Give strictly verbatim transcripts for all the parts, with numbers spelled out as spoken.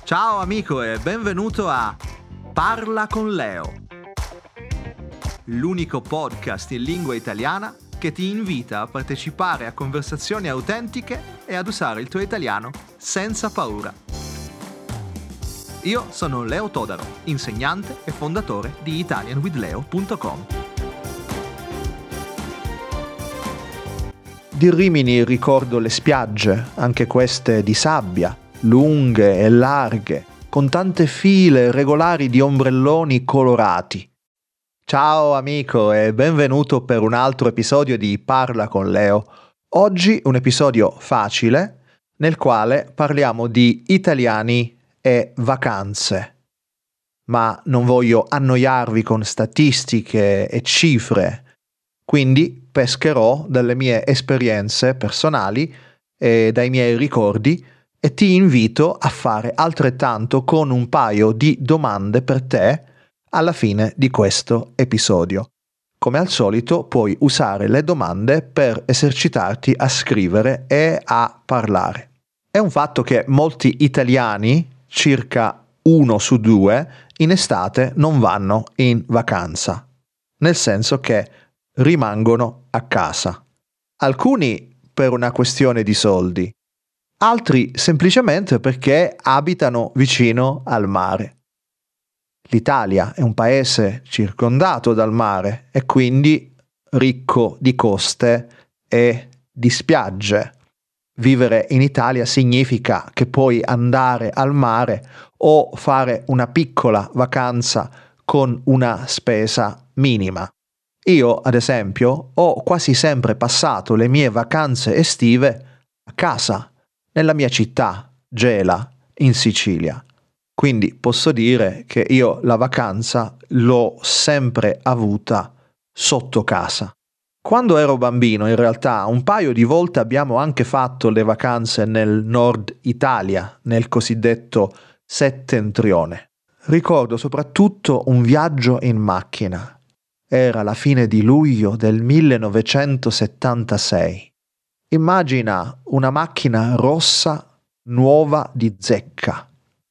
Ciao amico e benvenuto a Parla con Leo, l'unico podcast in lingua italiana che ti invita a partecipare a conversazioni autentiche e ad usare il tuo italiano senza paura. Io sono Leo Todaro, insegnante e fondatore di italian with leo punto com. Di Rimini ricordo le spiagge, anche queste di sabbia, lunghe e larghe, con tante file regolari di ombrelloni colorati. Ciao amico e benvenuto per un altro episodio di Parla con Leo. Oggi un episodio facile nel quale parliamo di italiani e vacanze. Ma non voglio annoiarvi con statistiche e cifre, quindi pescherò dalle mie esperienze personali e dai miei ricordi e ti invito a fare altrettanto con un paio di domande per te alla fine di questo episodio. Come al solito puoi usare le domande per esercitarti a scrivere e a parlare. È un fatto che molti italiani, circa uno su due, in estate non vanno in vacanza, nel senso che rimangono a casa. Alcuni per una questione di soldi, altri semplicemente perché abitano vicino al mare. L'Italia è un paese circondato dal mare e quindi ricco di coste e di spiagge. Vivere in Italia significa che puoi andare al mare o fare una piccola vacanza con una spesa minima. Io, ad esempio, ho quasi sempre passato le mie vacanze estive a casa, nella mia città, Gela, in Sicilia. Quindi posso dire che io la vacanza l'ho sempre avuta sotto casa. Quando ero bambino, in realtà, un paio di volte abbiamo anche fatto le vacanze nel nord Italia, nel cosiddetto settentrione. Ricordo soprattutto un viaggio in macchina. Era la fine di luglio del millenovecentosettantasei. Immagina una macchina rossa nuova di zecca.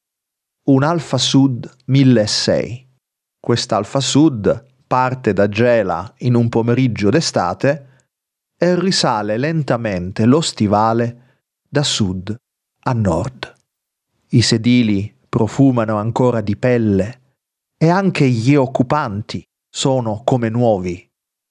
Un Alfa Sud milleseicento. Questa Alfa Sud parte da Gela in un pomeriggio d'estate e risale lentamente lo stivale da sud a nord. I sedili profumano ancora di pelle e anche gli occupanti sono come nuovi.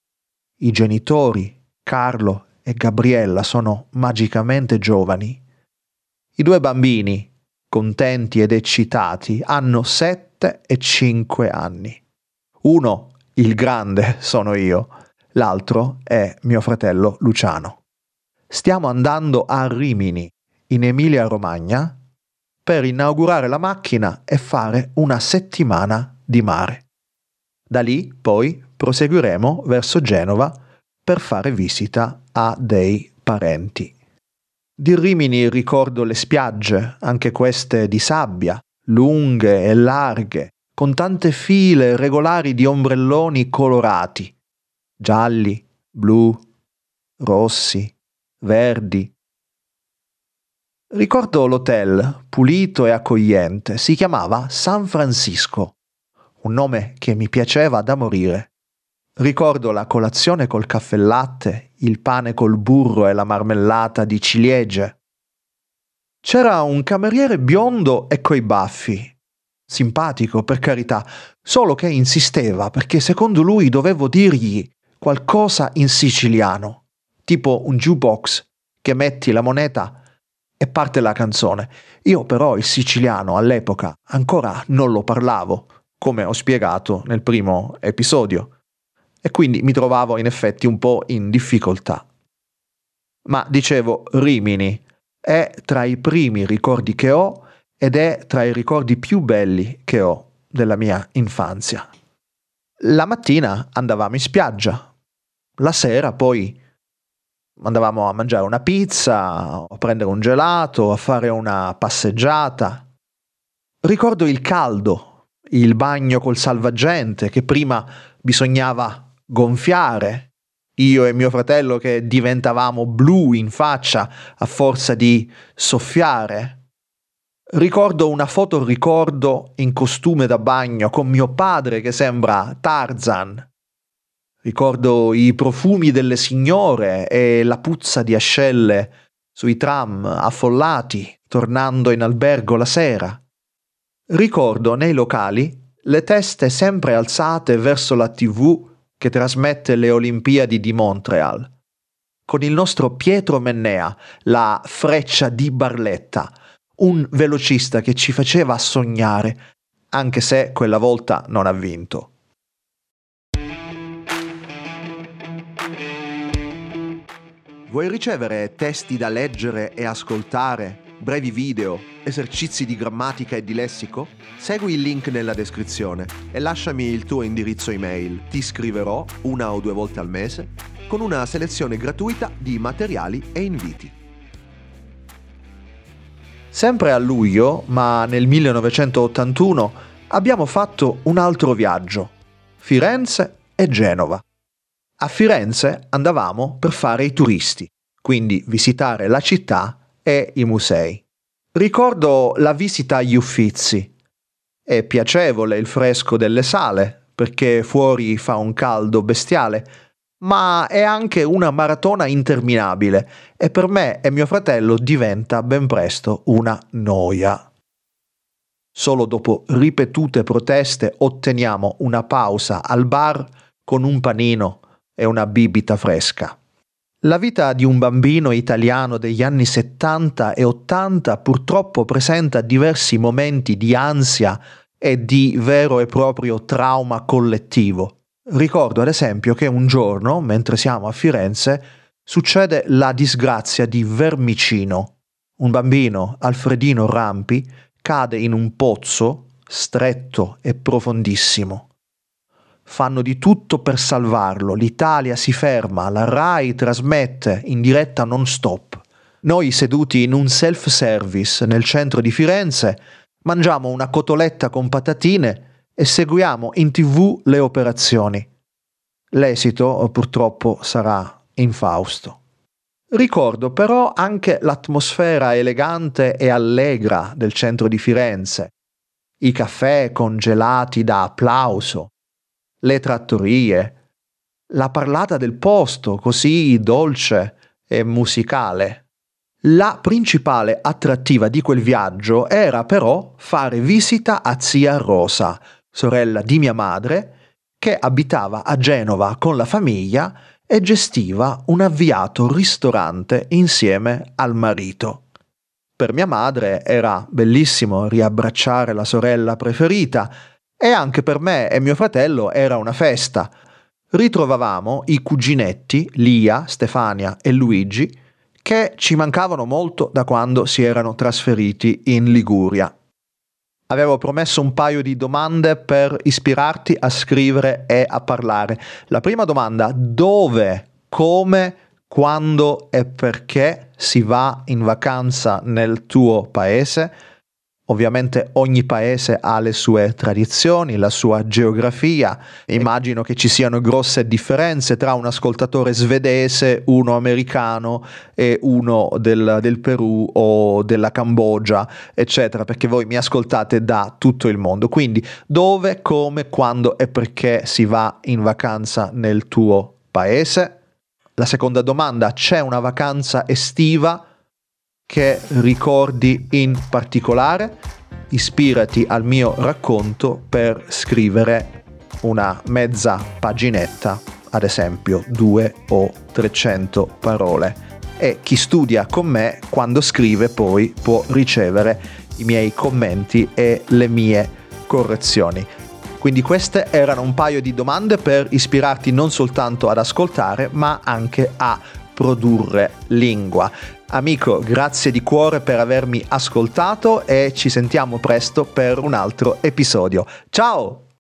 I genitori, Carlo e Gabriella, sono magicamente giovani. I due bambini, contenti ed eccitati, hanno sette e cinque anni. Uno, il grande, sono io, l'altro è mio fratello Luciano. Stiamo andando a Rimini, in Emilia-Romagna, per inaugurare la macchina e fare una settimana di mare. Da lì, poi, proseguiremo verso Genova per fare visita a dei parenti. Di Rimini ricordo le spiagge, anche queste di sabbia, lunghe e larghe, con tante file regolari di ombrelloni colorati, gialli, blu, rossi, verdi. Ricordo l'hotel, pulito e accogliente, si chiamava San Francisco, un nome che mi piaceva da morire. Ricordo la colazione col caffè latte, il pane col burro e la marmellata di ciliegie. C'era un cameriere biondo e coi baffi. Simpatico, per carità, solo che insisteva perché secondo lui dovevo dirgli qualcosa in siciliano, tipo un jukebox che metti la moneta e parte la canzone. Io però il siciliano all'epoca ancora non lo parlavo, come ho spiegato nel primo episodio, e quindi mi trovavo in effetti un po' in difficoltà. Ma dicevo, Rimini è tra i primi ricordi che ho ed è tra i ricordi più belli che ho della mia infanzia. La mattina andavamo in spiaggia, la sera poi andavamo a mangiare una pizza, a prendere un gelato, a fare una passeggiata. Ricordo il caldo, il bagno col salvagente che prima bisognava gonfiare, io e mio fratello che diventavamo blu in faccia a forza di soffiare. Ricordo una foto ricordo in costume da bagno con mio padre che sembra Tarzan. Ricordo i profumi delle signore e la puzza di ascelle sui tram affollati tornando in albergo la sera. Ricordo nei locali le teste sempre alzate verso la tivù che trasmette le Olimpiadi di Montreal, con il nostro Pietro Mennea, la freccia di Barletta, un velocista che ci faceva sognare, anche se quella volta non ha vinto. Vuoi ricevere testi da leggere e ascoltare, brevi video, esercizi di grammatica e di lessico? Segui il link nella descrizione e lasciami il tuo indirizzo email. Ti scriverò una o due volte al mese con una selezione gratuita di materiali e inviti. Sempre a luglio, ma nel millenovecentottantuno, abbiamo fatto un altro viaggio: Firenze e Genova. A Firenze andavamo per fare i turisti, quindi visitare la città e i musei. Ricordo la visita agli Uffizi. È piacevole il fresco delle sale, perché fuori fa un caldo bestiale, ma è anche una maratona interminabile e per me e mio fratello diventa ben presto una noia. Solo dopo ripetute proteste otteniamo una pausa al bar con un panino e una bibita fresca. La vita di un bambino italiano degli anni settanta e ottanta purtroppo presenta diversi momenti di ansia e di vero e proprio trauma collettivo. Ricordo ad esempio che un giorno, mentre siamo a Firenze, succede la disgrazia di Vermicino. Un bambino, Alfredino Rampi, cade in un pozzo stretto e profondissimo. Fanno di tutto per salvarlo, l'Italia si ferma, la RAI trasmette in diretta non stop. Noi seduti in un self-service nel centro di Firenze mangiamo una cotoletta con patatine e seguiamo in tv le operazioni. L'esito purtroppo sarà infausto. Ricordo però anche l'atmosfera elegante e allegra del centro di Firenze, i caffè congelati da applauso, le trattorie, la parlata del posto così dolce e musicale. La principale attrattiva di quel viaggio era però fare visita a zia Rosa, sorella di mia madre, che abitava a Genova con la famiglia e gestiva un avviato ristorante insieme al marito. Per mia madre era bellissimo riabbracciare la sorella preferita e anche per me e mio fratello era una festa. Ritrovavamo i cuginetti Lia, Stefania e Luigi che ci mancavano molto da quando si erano trasferiti in Liguria. Avevo promesso un paio di domande per ispirarti a scrivere e a parlare. La prima domanda: dove, come, quando e perché si va in vacanza nel tuo paese? Ovviamente ogni paese ha le sue tradizioni, la sua geografia. Immagino che ci siano grosse differenze tra un ascoltatore svedese, uno americano e uno del, del Perù o della Cambogia, eccetera, perché voi mi ascoltate da tutto il mondo. Quindi dove, come, quando e perché si va in vacanza nel tuo paese? La seconda domanda: c'è una vacanza estiva che ricordi in particolare? Ispirati al mio racconto per scrivere una mezza paginetta, ad esempio due o trecento parole. E chi studia con me, quando scrive poi può ricevere i miei commenti e le mie correzioni. Quindi queste erano un paio di domande per ispirarti non soltanto ad ascoltare, ma anche a produrre lingua. Amico, grazie di cuore per avermi ascoltato e ci sentiamo presto per un altro episodio. Ciao!